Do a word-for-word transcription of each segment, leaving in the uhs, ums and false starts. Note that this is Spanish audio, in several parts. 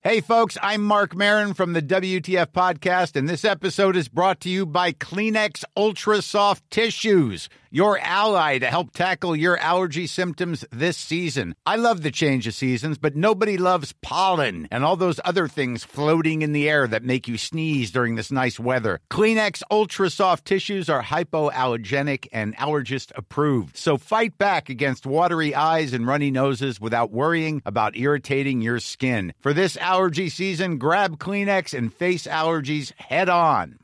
Hey folks, I'm Mark Maron from the W T F podcast, and this episode is brought to you by Kleenex Ultra Soft Tissues, your ally to help tackle your allergy symptoms this season. I love the change of seasons, but nobody loves pollen and all those other things floating in the air that make you sneeze during this nice weather. Kleenex Ultra Soft Tissues are hypoallergenic and allergist approved, so fight back against watery eyes and runny noses without worrying about irritating your skin. For this allergy season, grab Kleenex and face allergies head on.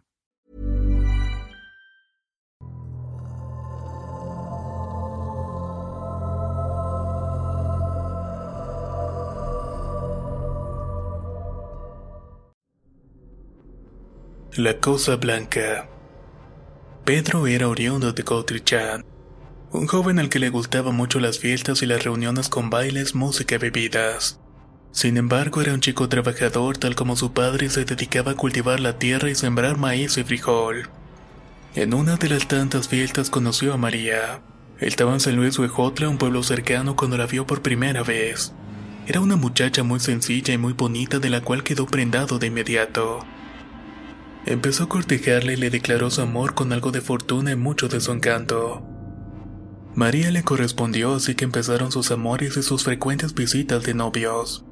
La Cosa Blanca. Pedro era oriundo de Cotrichán, un joven al que le gustaban mucho las fiestas y las reuniones con bailes, música y bebidas. Sin embargo, era un chico trabajador, tal como su padre se dedicaba a cultivar la tierra y sembrar maíz y frijol. En una de las tantas fiestas conoció a María. Estaba en San Luis Huejotla, un pueblo cercano, cuando la vio por primera vez. Era una muchacha muy sencilla y muy bonita, de la cual quedó prendado de inmediato. Empezó a cortejarle y le declaró su amor con algo de fortuna y mucho de su encanto. María le correspondió, así que empezaron sus amores y sus frecuentes visitas de novios.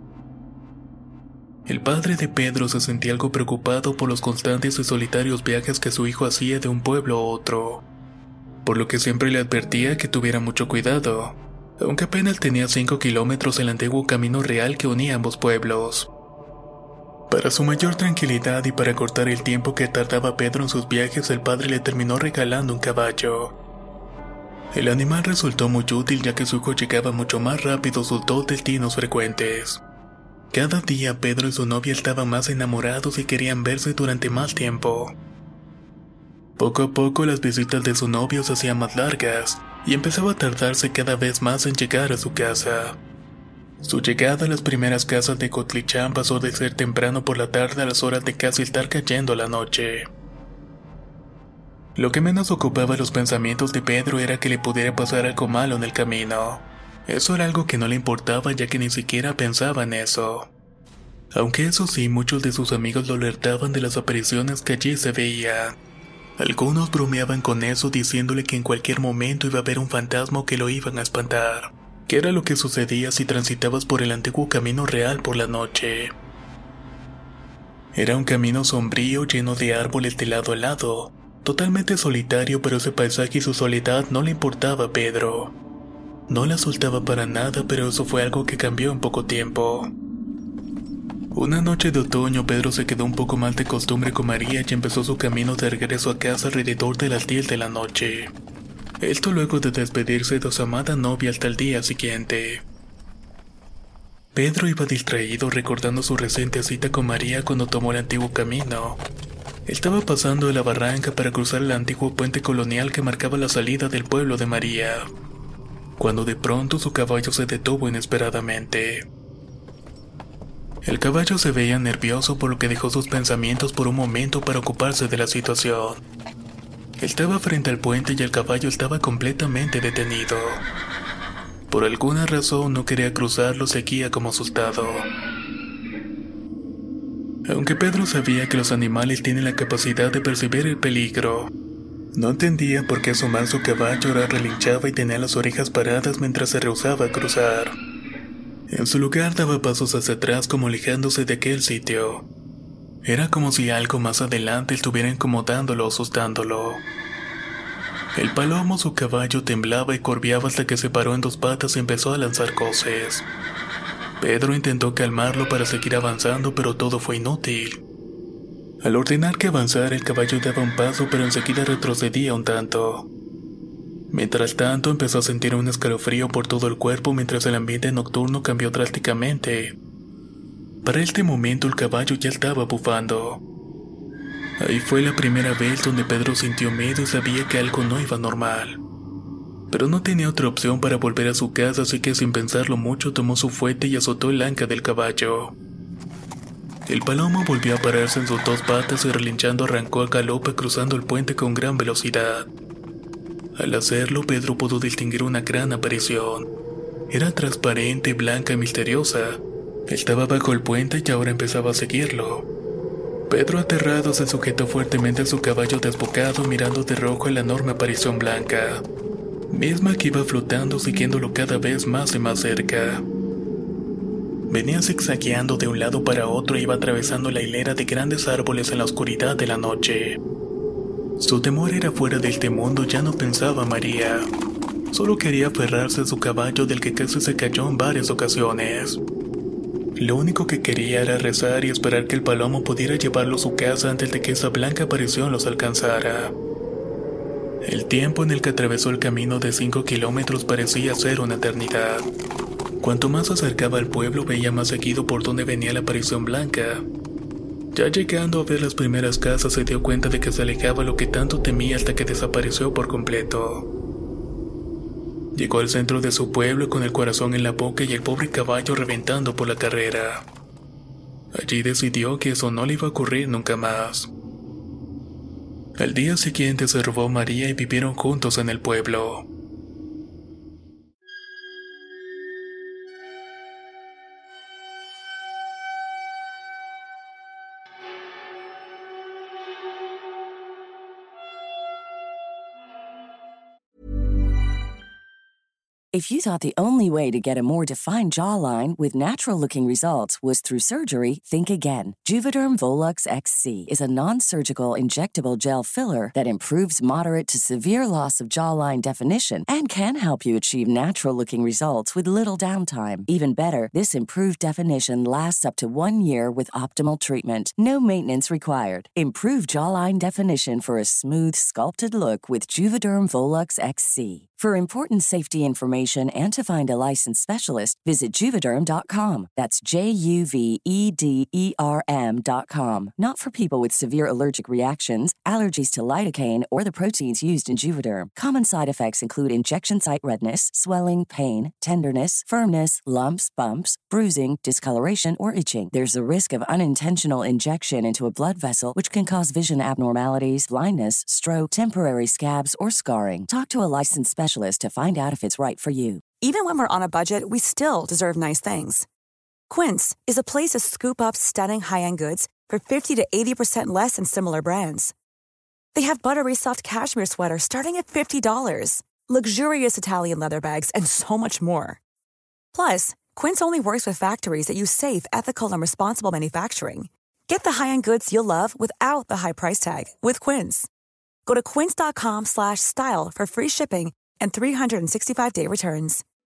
El padre de Pedro se sentía algo preocupado por los constantes y solitarios viajes que su hijo hacía de un pueblo a otro, por lo que siempre le advertía que tuviera mucho cuidado, aunque apenas tenía cinco kilómetros el antiguo camino real que unía ambos pueblos. Para su mayor tranquilidad y para cortar el tiempo que tardaba Pedro en sus viajes, el padre le terminó regalando un caballo. El animal resultó muy útil, ya que su hijo llegaba mucho más rápido a sus dos destinos frecuentes. Cada día Pedro y su novia estaban más enamorados y querían verse durante más tiempo. Poco a poco las visitas de su novio se hacían más largas y empezaba a tardarse cada vez más en llegar a su casa. Su llegada a las primeras casas de Cotlichán pasó de ser temprano por la tarde a las horas de casi estar cayendo la noche. Lo que menos ocupaba los pensamientos de Pedro era que le pudiera pasar algo malo en el camino. Eso era algo que no le importaba, ya que ni siquiera pensaba en eso. Aunque eso sí, muchos de sus amigos lo alertaban de las apariciones que allí se veían. Algunos bromeaban con eso, diciéndole que en cualquier momento iba a haber un fantasma que lo iban a espantar, que era lo que sucedía si transitabas por el antiguo camino real por la noche. Era un camino sombrío lleno de árboles de lado a lado, totalmente solitario, pero ese paisaje y su soledad no le importaba a Pedro. No la soltaba para nada, pero eso fue algo que cambió en poco tiempo. Una noche de otoño, Pedro se quedó un poco más de costumbre con María y empezó su camino de regreso a casa alrededor de las diez de la noche. Esto luego de despedirse de su amada novia hasta el día siguiente. Pedro iba distraído recordando su reciente cita con María cuando tomó el antiguo camino. Estaba pasando de la barranca para cruzar el antiguo puente colonial que marcaba la salida del pueblo de María, cuando de pronto su caballo se detuvo inesperadamente. El caballo se veía nervioso, por lo que dejó sus pensamientos por un momento para ocuparse de la situación. Estaba frente al puente y el caballo estaba completamente detenido. Por alguna razón no quería cruzarlo, seguía como asustado. Aunque Pedro sabía que los animales tienen la capacidad de percibir el peligro, no entendía por qué asomar su caballo ahora relinchaba y tenía las orejas paradas mientras se rehusaba a cruzar. En su lugar daba pasos hacia atrás, como alejándose de aquel sitio. Era como si algo más adelante estuviera incomodándolo o asustándolo. El palomo, su caballo, temblaba y corviaba hasta que se paró en dos patas y empezó a lanzar coces. Pedro intentó calmarlo para seguir avanzando, pero todo fue inútil. Al ordenar que avanzara, el caballo daba un paso, pero enseguida retrocedía un tanto. Mientras tanto, empezó a sentir un escalofrío por todo el cuerpo mientras el ambiente nocturno cambió drásticamente. Para este momento el caballo ya estaba bufando. Ahí fue la primera vez donde Pedro sintió miedo y sabía que algo no iba normal. Pero no tenía otra opción para volver a su casa, así que sin pensarlo mucho tomó su fuete y azotó el anca del caballo. El palomo volvió a pararse en sus dos patas y relinchando arrancó a galope cruzando el puente con gran velocidad. Al hacerlo, Pedro pudo distinguir una gran aparición. Era transparente, blanca y misteriosa, Estaba bajo el puente y ahora empezaba a seguirlo. Pedro, aterrado, se sujetó fuertemente a su caballo desbocado, mirando de rojo la enorme aparición blanca, misma que iba flotando siguiéndolo cada vez más y más cerca. Venía zigzagueando de un lado para otro e iba atravesando la hilera de grandes árboles en la oscuridad de la noche. Su temor era fuera de este mundo, ya no pensaba María. Solo quería aferrarse a su caballo del que casi se cayó en varias ocasiones. Lo único que quería era rezar y esperar que el palomo pudiera llevarlo a su casa antes de que esa blanca aparición los alcanzara. El tiempo en el que atravesó el camino de cinco kilómetros parecía ser una eternidad. Cuanto más se acercaba al pueblo, veía más seguido por dónde venía la aparición blanca. Ya llegando a ver las primeras casas, se dio cuenta de que se alejaba lo que tanto temía hasta que desapareció por completo. Llegó al centro de su pueblo con el corazón en la boca y el pobre caballo reventando por la carrera. Allí decidió que eso no le iba a ocurrir nunca más. Al día siguiente se robó a María y vivieron juntos en el pueblo. If you thought the only way to get a more defined jawline with natural-looking results was through surgery, think again. Juvederm Volux X C is a non-surgical injectable gel filler that improves moderate to severe loss of jawline definition and can help you achieve natural-looking results with little downtime. Even better, this improved definition lasts up to one year with optimal treatment. No maintenance required. Improve jawline definition for a smooth, sculpted look with Juvederm Volux X C. For important safety information and to find a licensed specialist, visit Juvederm dot com. That's J U V E D E R M dot com. Not for people with severe allergic reactions, allergies to lidocaine, or the proteins used in Juvederm. Common side effects include injection site redness, swelling, pain, tenderness, firmness, lumps, bumps, bruising, discoloration, or itching. There's a risk of unintentional injection into a blood vessel, which can cause vision abnormalities, blindness, stroke, temporary scabs, or scarring. Talk to a licensed specialist to find out if it's right for you. Even when we're on a budget, we still deserve nice things. Quince is a place to scoop up stunning high-end goods for fifty to eighty percent less than similar brands. They have buttery soft cashmere sweaters starting at fifty dollars, luxurious Italian leather bags, and so much more. Plus, Quince only works with factories that use safe, ethical, and responsible manufacturing. Get the high-end goods you'll love without the high price tag with Quince. Go to quince dot com slash style for free shipping and three sixty-five day returns.